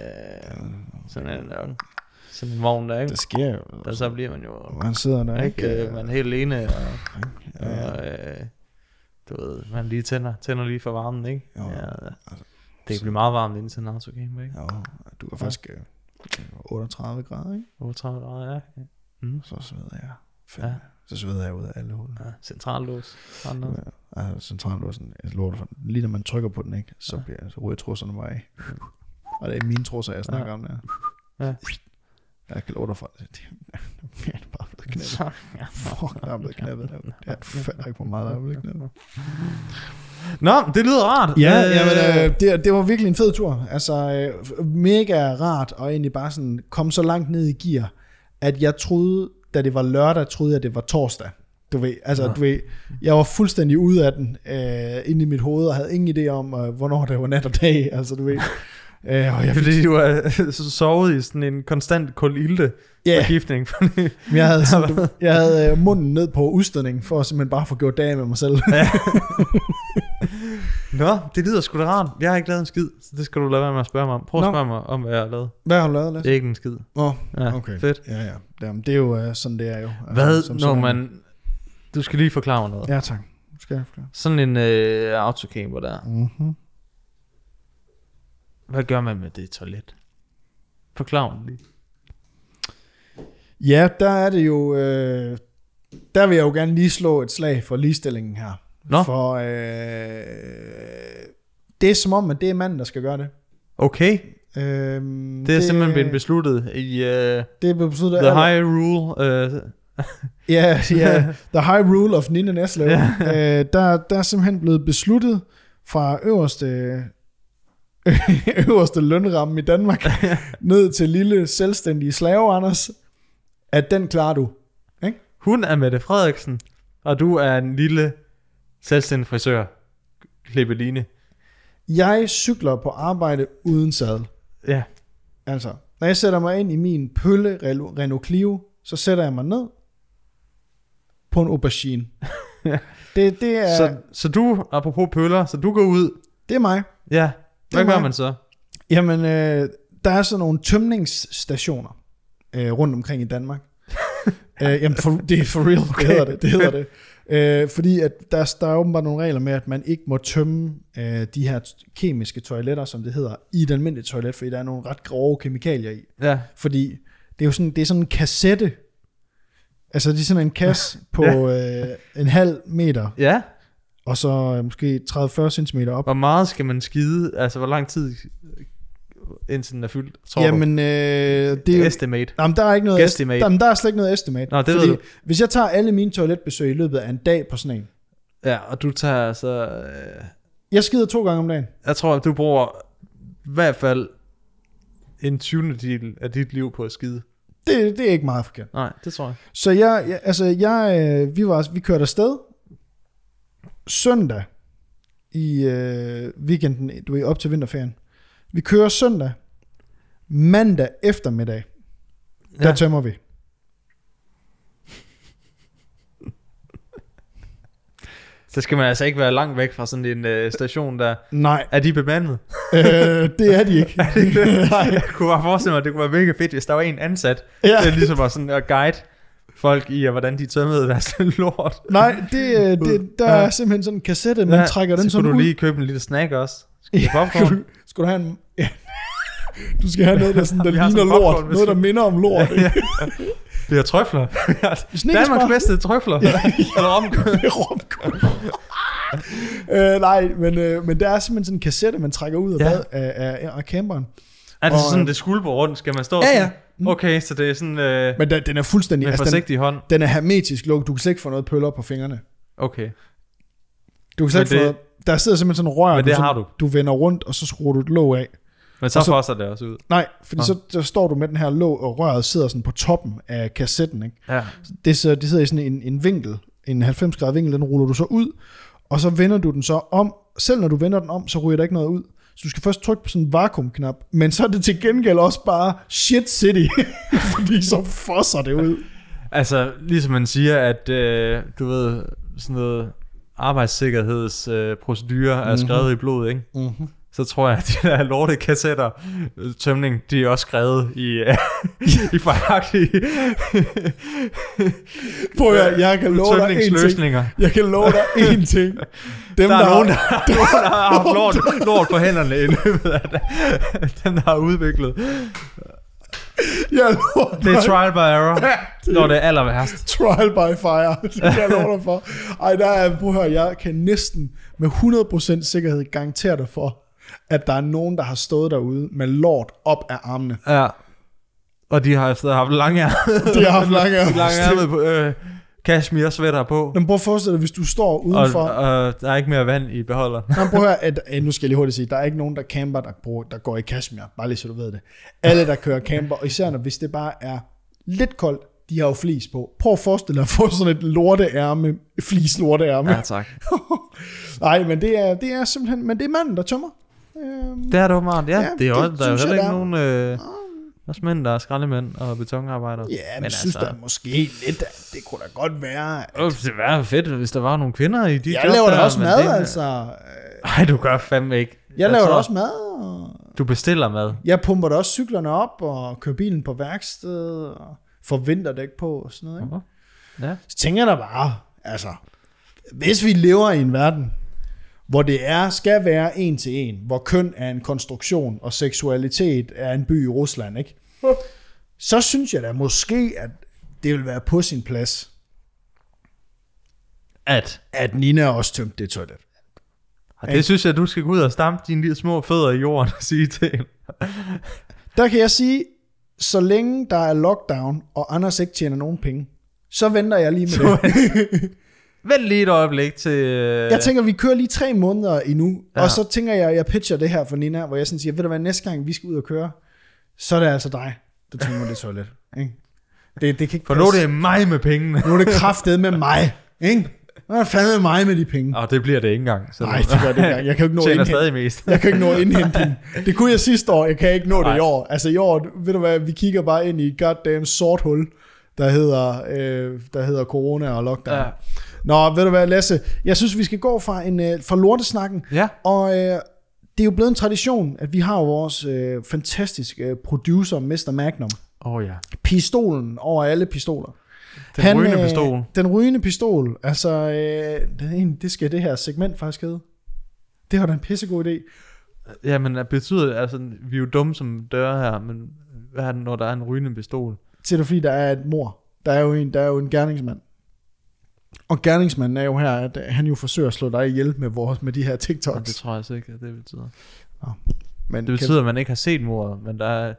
en vogn der, ikke? Det sker jo. Og så bliver man jo, man sidder der, ikke? Man er helt alene, og du ved, man lige tænder lige for varmen, ikke? Jo, det kan blive meget varmt inden til en autocamper, ikke? Jo, du er faktisk 38 grader, ikke? 38 grader, ja. Så sveder jeg. Så sveder jeg ud af alle huller. Ja, centrallås. Centrallåsen, jeg lover for, lige når man trykker på den, ikke, så ryger trusserne bare af. Og det er mine trusser, jeg snakker om der. Ja. Jeg kan love dig for, det er bare blevet knappet. Fuck, der er blevet knappet. Jeg fatter ikke, hvor meget der er blevet knappet. Nå, det lyder rart. Ja, det var virkelig en fed tur. Altså, mega rart, og egentlig bare sådan, kom så langt ned i gear, at jeg troede, da det var lørdag, troede jeg, det var torsdag. Du ved, jeg var fuldstændig ude af den, inde i mit hoved, og havde ingen idé om, hvornår det var nat og dag. Altså, du ved. Fordi du har sovet i sådan en konstant kulilde forgiftning. Jeg havde munden ned på udstødning, for at simpelthen bare få gjort dage med mig selv. Nå, det lyder sgu da rart. Jeg har ikke lavet en skid, så det skal du lade være med at spørge mig om. Prøv at spørge mig om, hvad jeg har lavet. Hvad har du lavet, Lasse? Ikke en skid. Okay. Fedt. Ja. Jamen, det er jo sådan, det er jo. Hvad, når man... Du skal lige forklare mig noget. Ja, tak. Skal jeg forklare? Sådan en autocamper der. Mhm. Hvad gør man med det toilet? Forklar mig lige. Ja, der er det jo... der vil jeg jo gerne lige slå et slag for ligestillingen her. Nå? For det er som om, at det er manden, der skal gøre det. Okay. Det er simpelthen blevet besluttet i det er besluttet The High Rule. Ja, The High Rule of Nina Neslev. Der er simpelthen blevet besluttet fra øverste lønramme i Danmark ned til lille selvstændige slave, Anders, at den klarer du. Ikke? Hun er Mette Frederiksen, og du er en lille selvstændig frisør, Klippeline. Jeg cykler på arbejde uden sadel. Ja. Altså, når jeg sætter mig ind i min pølle Renault Clio, så sætter jeg mig ned på en aubergine. det er... Så du, apropos pøller, så du går ud. Det er mig. Ja. Hvad gør man så? Jamen, der er sådan nogle tømningsstationer rundt omkring i Danmark. Jamen, det er for real, okay. det hedder det. Fordi at der er åbenbart nogle regler med, at man ikke må tømme de her kemiske toiletter, som det hedder, i et almindeligt toilet, fordi der er nogle ret grove kemikalier i. Ja. Fordi det er jo sådan en kassette. Altså, det er sådan en kasse på en halv meter. Ja. Og så måske 30-40 cm op. Hvor meget skal man skide? Altså, hvor lang tid indtil den er fyldt, tror Jamen, det er jo... Estimate. Jamen, der er ikke noget... Guesstimate. Der er slet ikke noget estimate. Nå, det fordi, hvis jeg tager alle mine toiletbesøg i løbet af en dag på sådan en... Ja, og du tager så... Jeg skider 2 gange om dagen. Jeg tror, at du bruger i hvert fald en 20. del af dit liv på at skide. Det er ikke meget forkert. Nej, det tror jeg. Så vi kørte afsted søndag i weekenden, du er op til vinterferien. Vi kører søndag, mandag eftermiddag, der tømmer vi. Så skal man altså ikke være langt væk fra sådan en station der. Nej. Er de bemandet? Det er de ikke. Nej. Jeg kunne bare forestille mig, at det kunne være mega fedt, hvis der var en ansat, der ligesom var sådan at guide folk i, hvordan de tømmede deres lort. Nej, der er simpelthen sådan en kassette, man trækker den sådan ud. Så kunne du lige købe en lille snack også. Skal du have en... Du skal have noget, der, sådan, der ligner lort. Noget, der minder om lort. Ja. Det er trøfler. Danmarks bedste trøfler. Eller romkål. Nej, men der er simpelthen sådan en kassette, man trækker ud af camperen. Er det sådan, det skulle på rundt? Skal man stå sådan? Okay, så det er sådan... men den er fuldstændig... Med forsigtig hånd. Den er hermetisk lukket. Du kan slet ikke få noget pøller på fingrene. Okay. Du kan slet ikke få... Der sidder simpelthen sådan en rør, men det har du. Du vender rundt, og så skruer du et låg af. Men så fosser det også ud. Nej, fordi så står du med den her låg, og røret sidder sådan på toppen af kassetten. Ikke? Ja. Det sidder i sådan en vinkel, en 90-grader vinkel, den ruller du så ud, og så vender du den så om. Selv når du vender den om, så ryger der ikke noget ud. Så du skal først trykke på sådan en vakuumknap, men så er det til gengæld også bare shit city, fordi så fosser det ud. Altså, ligesom man siger, at du ved, sådan noget arbejdssikkerhedsprocedurer er skrevet i blod, ikke? Mm-hmm. Så tror jeg, at de der lortekassetter, tømning, de er også skrevet i fejlagtige jeg kan love dig en ting. Jeg kan love dig en ting. Der er nogen, der har haft lort på hænderne i løbet af dem, der har udviklet. Det er trial by error, når det er aller værst. Trial by fire, det kan jeg love dig for. Ej, der er, prøv at høre, jeg kan næsten med 100% sikkerhed garantere dig for, at der er nogen, der har stået derude med lort op af armene. Ja. Og de har haft lange ærmer. De har haft lange ærmer. Lange ærmer på cashmere sweater på. Men prøv at forestille dig, hvis du står udenfor. Og der er ikke mere vand i beholderen. Nå, prøv at høre, nu skal jeg lige hurtigt sige, der er ikke nogen, der camper, der går i cashmere. Bare lige så du ved det. Alle, der kører camper, og især hvis det bare er lidt koldt, de har jo flis på. Prøv at forestille dig at få sådan et lorteærme, flis lorteærme. Ja, tak. Nej, men det er simpelthen, men det er manden, der tømmer. Det er det åbenbart, ja. Det er også, der er jo heller ikke nogen... også mænd, der er skraldemænd og betonarbejdere. Ja, men jeg synes da måske lidt, at det kunne da godt være... Det ville være fedt, hvis der var nogle kvinder i de job. Jeg laver da også mad, altså. Nej, du gør fandme ikke. Jeg laver da også mad. Du bestiller mad. Jeg pumper da også cyklerne op og kører bilen på værksted og får vinterdæk på og sådan noget. Ikke? Ja. Så tænker jeg da bare, altså, hvis vi lever i en verden, hvor det skal være en til en, hvor køn er en konstruktion, og seksualitet er en by i Rusland, ikke? Så synes jeg da måske, at det vil være på sin plads, at Nina også tømte det toilet. Og det synes jeg, du skal gå ud og stampe dine lille små fødder i jorden og sige til hende. Der kan jeg sige, så længe der er lockdown, og Anders ikke tjener nogen penge, så venter jeg lige med det. Vent lige et øjeblik til... Jeg tænker, vi kører lige 3 måneder endnu, og så tænker jeg pitcher det her for Nina, hvor jeg sådan siger, ved du hvad, næste gang vi skal ud og køre, så er det altså dig, der tømmer det toilet. Ikke? Det kan ikke for nu er det mig med pengene. Nu er det kraftet med mig. Ikke? Nu er det fandme mig med de penge. Og det bliver det ikke engang. Nej, det gør det ikke engang. Jeg kan jo ikke nå stadig mest. Jeg kan ikke nå at indhente den. Det kunne jeg sidste år, jeg kan ikke nå det i år. Altså i år, ved du hvad, vi kigger bare ind i et goddamn sort hul, der hedder corona og lockdown. Ja. Nå, ved du hvad, Lasse, jeg synes, vi skal gå fra lortesnakken, og det er jo blevet en tradition, at vi har vores fantastiske producer, Mr. Magnum. Ja. Pistolen over alle pistoler. Rygende pistol. Den rygende pistol, altså, det skal det her segment faktisk hedde. Det har da en pissegod idé. Ja, men det betyder, altså, vi er jo dumme som døre her, men hvad er det, når der er en rygende pistol? Det er fordi, der er et mord. Der er jo en gerningsmand. Og gerningsmanden er jo her, at han jo forsøger at slå dig ihjel med de her TikToks. Det tror jeg altså ikke, at det betyder. Men det betyder, at man ikke har set mordet, men der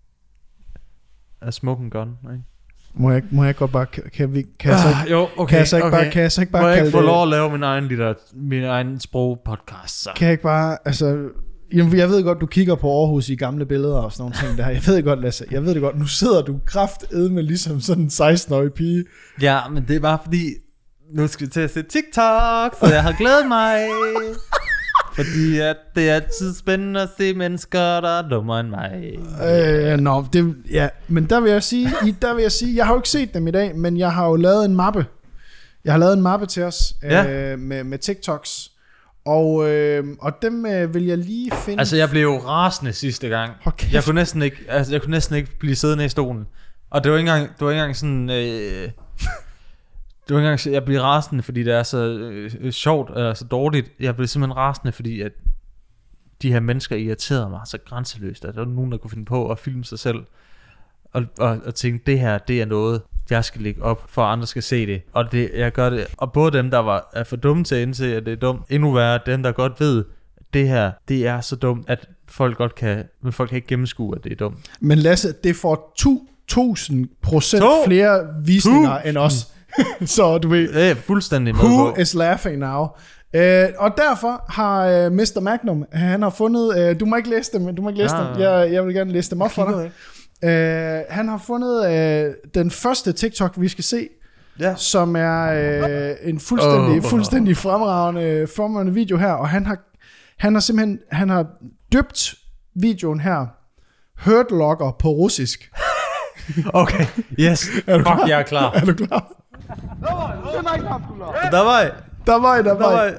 er smoking gun, ikke? Må jeg godt bare kan jeg så ikke bare må jeg ikke få lov at lave min egen sprogpodcast, så? Kan jeg ikke bare, altså, jeg ved godt, du kigger på Aarhus i gamle billeder og sådan nogle ting der. Jeg ved det godt, Lasse. Jeg ved det godt. Nu sidder du kraftedme ligesom sådan en 16-årig pige. Ja, men det er bare fordi, nu skal vi til at se TikTok, så jeg har glædet mig. Fordi at det er altid spændende at se mennesker, der er dummere end mig. Men der vil jeg sige, jeg har jo ikke set dem i dag, men jeg har jo lavet en mappe. Jeg har lavet en mappe til os med TikToks. Og dem vil jeg lige finde. Altså jeg blev jo rasende sidste gang. Jeg kunne næsten ikke blive siddende i stolen. Og det var ikke engang sådan det var ikke engang jeg blev rasende fordi det er så sjovt eller så dårligt. Jeg blev simpelthen rasende fordi at de her mennesker irriterede mig så grænseløst, at der var nogen, der kunne finde på at filme sig selv, og tænke, det her, det er noget, jeg skal lægge op, for at andre skal se det. Og jeg gør det. Og både dem, der er for dumme til at indse, at det er dumt, endnu værre, dem, der godt ved, det her, det er så dumt, at folk kan ikke gennemskue, at det er dumt. Men Lasse, det får 1000% flere visninger end os. Så du ved, det er fuldstændig med who på. is laughing now? Og derfor har Mr. Magnum, han har fundet, du må ikke læse dem, dem. Jeg vil gerne læse dem op for dig. Han har fundet den første TikTok, vi skal se, som er en fuldstændig fremragende video her, og han har simpelthen døbt videoen her Hurt Locker på russisk. Okay, yes. Fuck, jeg er klar. Er du klar? Давай.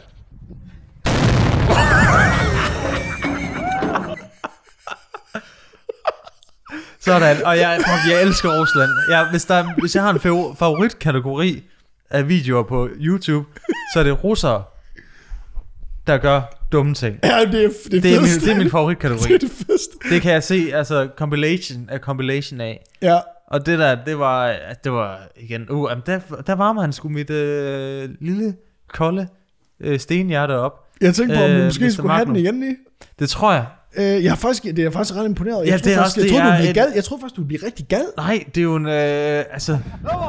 Sådan, og jeg elsker Rusland. Hvis jeg har en favoritkategori af videoer på YouTube, så er det russere, der gør dumme ting. Ja, det er min favoritkategori. Det er det fedeste. Det kan jeg se, altså compilation af. Ja. Og det der, det var igen, der varmer han sgu mit lille, kolde stenhjerte op. Jeg tænkte på, om du måske skulle have den igen lige. Det tror jeg. Det er faktisk ret imponeret. Jeg tror faktisk, du bliver rigtig gal. Nej, det er jo en, altså...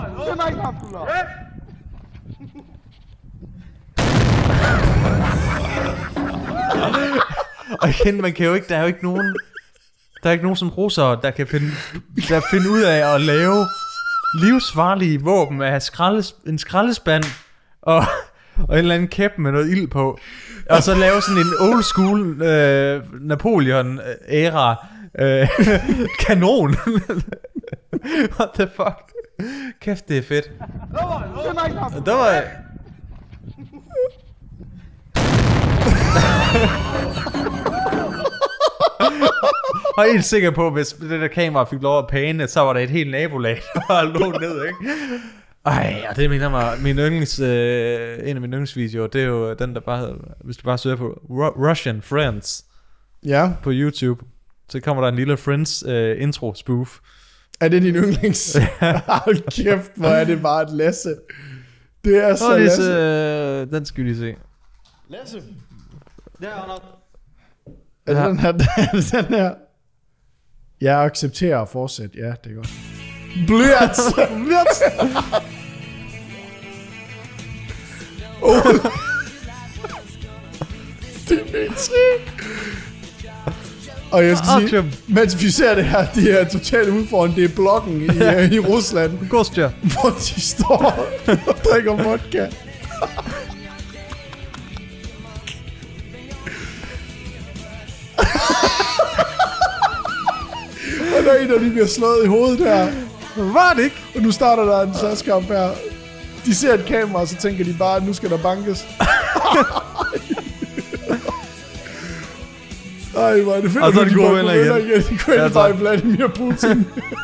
Og igen, man kan jo ikke, der er ikke nogen som russere, der kan finde ud af at lave livsfarlige våben af en skraldespand og en eller anden kæp med noget ild på, og så lave sådan en old school Napoleon-æra kanon. What the fuck? Kæft, det er fedt. Der var Og jeg er helt sikker på, hvis det der kamera fik lov at pæne, så var der et helt nabolag, der bare lå ned, ikke? Ej, og det mener mig, en af mine yndlingsvideoer, det er jo den, der bare hedder, hvis du bare søger på Russian Friends på YouTube, så kommer der en lille Friends intro spoof. Er det din yndlings? Hold kæft, hvor er det bare et Lasse. Det er så Lasse. Den skal vi lige se. Lasse. Er det den her? Jeg accepterer at fortsætte. Ja, det er godt. Blyant. Det er helt Og jeg skal sige, mens vi ser det her, de er totalt udfordrende. Det er blokken i Rusland. Gostja. Hvor de står og drikker vodka. Og der er en, der lige bliver slået i hovedet her. Var det ikke? Og nu starter der en slåskamp her. De ser et kamera, og så tænker de bare, at nu skal der bankes. Ej, hvor er det fedt, og så er de gode venner igen. De kunne ende bare i Vladimir Putin.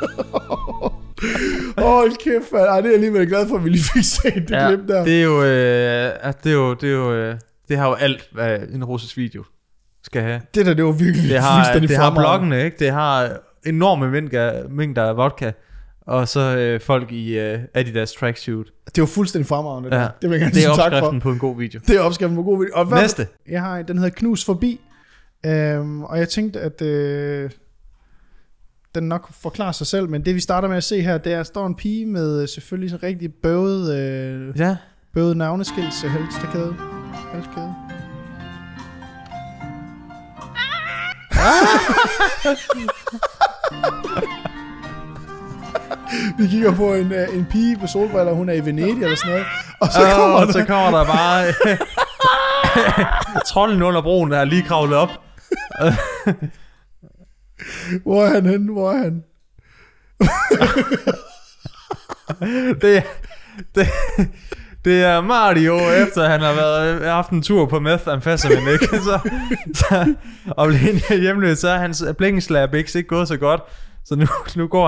Hold kæft, man. Ej, det er jeg alligevel glad for, at vi lige fik set det klip der. Det har jo alt, hvad en russisk video skal have. Det var virkelig fuldstændig det har bloggene, ikke? Det har enorme mængder af vodka, og så folk i Adidas tracksuit. Det var fuldstændig fremragende. Ja. Det vil jeg gerne sige tak for. Det er opskriften på en god video. Det er opskriften på en god video. Og næste. Jeg har den hedder Knus forbi, og jeg tænkte, at den nok forklarer sig selv, men det vi starter med at se her, det er, at står en pige med selvfølgelig sådan rigtig bøvet navneskilt til halskæde. Vi kigger på en pige på solbriller, hun er i Venedig eller sådan noget, og så kommer der bare trolden under broen, der er lige kravlet op. Hvor er han henne? Det er Mario, efter han har haft en tur på methamphetamine, ikke? Og blev hjemløs, så er hans blikkenslag ikke gået så godt. Så nu går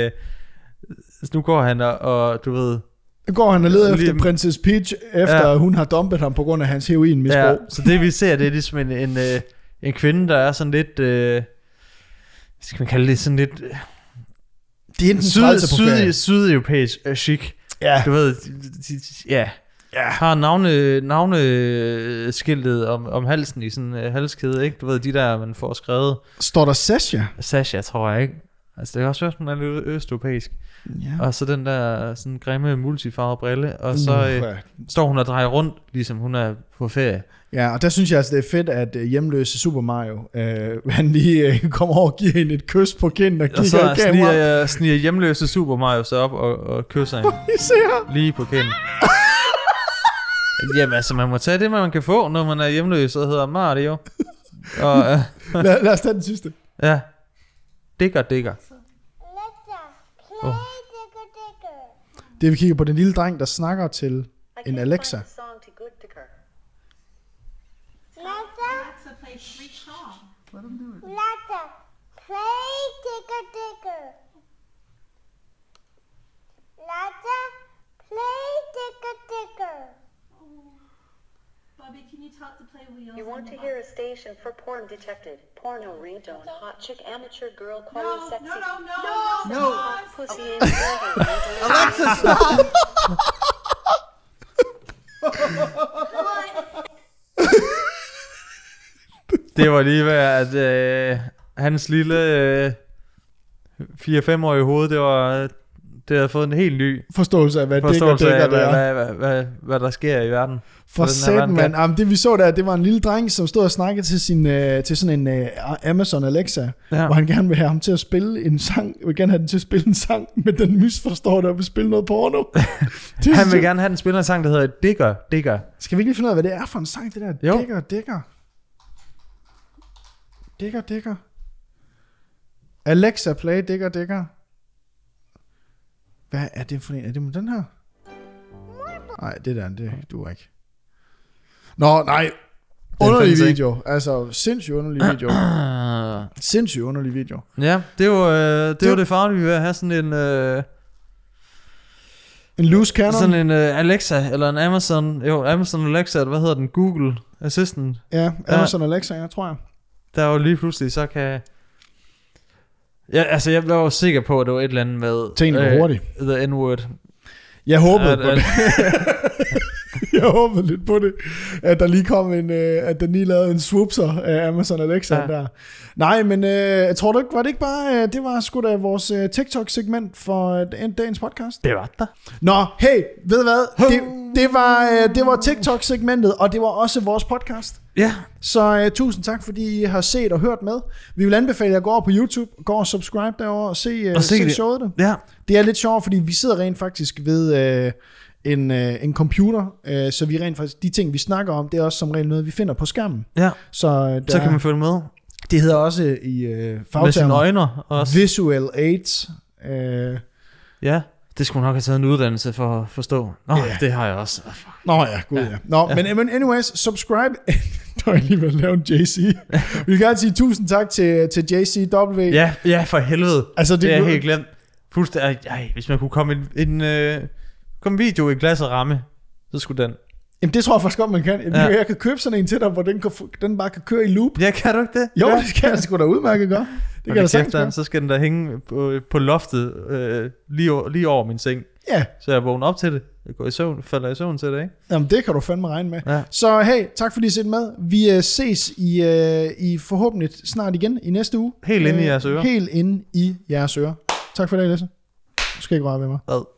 han og du ved... Nu går han og leder efter Princess Peach, efter hun har dumpet ham på grund af hans heroinmisbrug. Ja, så det vi ser, det er ligesom en kvinde, der er sådan lidt, skal man kalde det sådan lidt, det er sydeuropæisk chic. Ja. Du ved, har navneskiltet om halsen i sådan en halskæde, ikke? Du ved, de der, man får skrevet. Står der Sasha? Sasha, tror jeg, ikke? Altså, det er også sådan, hun er lidt østeuropæisk. Ja. Og så den der sådan grimme multifarvede brille, og så står hun og drejer rundt, ligesom hun er på ferie. Ja, og der synes jeg altså, det er fedt, at hjemløse Super Mario, han lige kommer over og giver hende et kys på kinden og kigger i kameraet. Og så sniger hjemløse Super Mario så op og kysser hende lige på kinden. Jamen altså, man må tage det, man kan få, når man er hjemløs og hedder Mario. Og, lad os tage den sidste. Ja. Digger. Det vi kigger på, den lille dreng, der snakker til en Alexa. Alexa, play Freak Song. Let him do it. Alexa, play Digger. Alexa, play Digger. Bobby, can you talk to play Wheels? You want to hear a station for porn detected. Porno ringtone, hot chick, amateur girl, calling sexy. No. Pussy in Alexa, stop! Det var lige ved, at hans lille 4-5-årige hoved, det havde fået en helt ny forståelse af, hvad hvad der sker i verden. For satan, mand. Jamen, det vi så der, det var en lille dreng, som stod og snakkede til sådan en Amazon Alexa, hvor han gerne vil have ham til at spille en sang. Vil gerne have den til at spille en sang, men den misforstår det og vil spille noget porno. Han vil gerne have den spille en sang, der hedder Digger. Skal vi ikke lige finde ud af, hvad det er for en sang, det der? Jo. Digger. Alexa, play Digger. Hvad er det for en? Er det med den her? Nej, det duer ikke. Nå, nej. Underlig video. Altså, sindssygt underlig video. Ja, det var det farlige ved at have sådan en loose cannon. Sådan en Alexa, eller en Amazon Alexa, eller hvad hedder den? Google Assistant. Ja, Amazon Alexa, jeg tror jeg. Der jo lige pludselig, så kan... Ja, altså, jeg var jo sikker på, at det var et eller andet med... Tingene går hurtigt. The N-word. Jeg håbede på det. Jeg håbede lidt på det, at der lige kom at der lige lavede en swoopser af Amazon Alexa der. Nej, men jeg tror du ikke, var det ikke bare, det var sgu da vores TikTok-segment for dagens podcast? Det var der. Nå, hey, ved du hvad? Det var TikTok-segmentet, og det var også vores podcast. Ja. Så tusind tak, fordi I har set og hørt med. Vi vil anbefale jer at gå over på YouTube, gå og subscribe derovre og se showet det. Ja. Det er lidt sjovt, fordi vi sidder rent faktisk ved en computer, så vi rent faktisk, de ting vi snakker om, det er også som regel noget, vi finder på skærmen. Ja, så kan man følge med. Det hedder også i fagtermer visual aids. Ja, det skulle nok have taget en uddannelse for at forstå. Nå, det har jeg også. Nå ja, gud ja. Nå, men anyways, subscribe. Der er lige ved at lave en JC. Vi vil gerne sige tusind tak til JCW. Ja, for helvede. Altså, det er helt glemt. Fuldstændig. Hvis man kunne komme en video i glas og ramme, så skulle den. Jamen det tror jeg faktisk godt, man kan. Jeg kan købe sådan en til dig, hvor den bare kan køre i loop. Ja, kan du ikke det? Jo, det kan jeg sgu da udmærket gøre. Det kan jeg sagtens. Så skal den der hænge på loftet lige over min seng. Ja. Så jeg vågner op til det. Jeg går i søvn, falder i søvn til det, ikke? Jamen det kan du fandme regne med. Ja. Så hey, tak fordi I set med. Vi ses i forhåbentlig snart igen i næste uge. Helt inde i jeres ører. Helt inde i jeres ører. Tak for det, Lasse. Du skal ikke røre ved mig.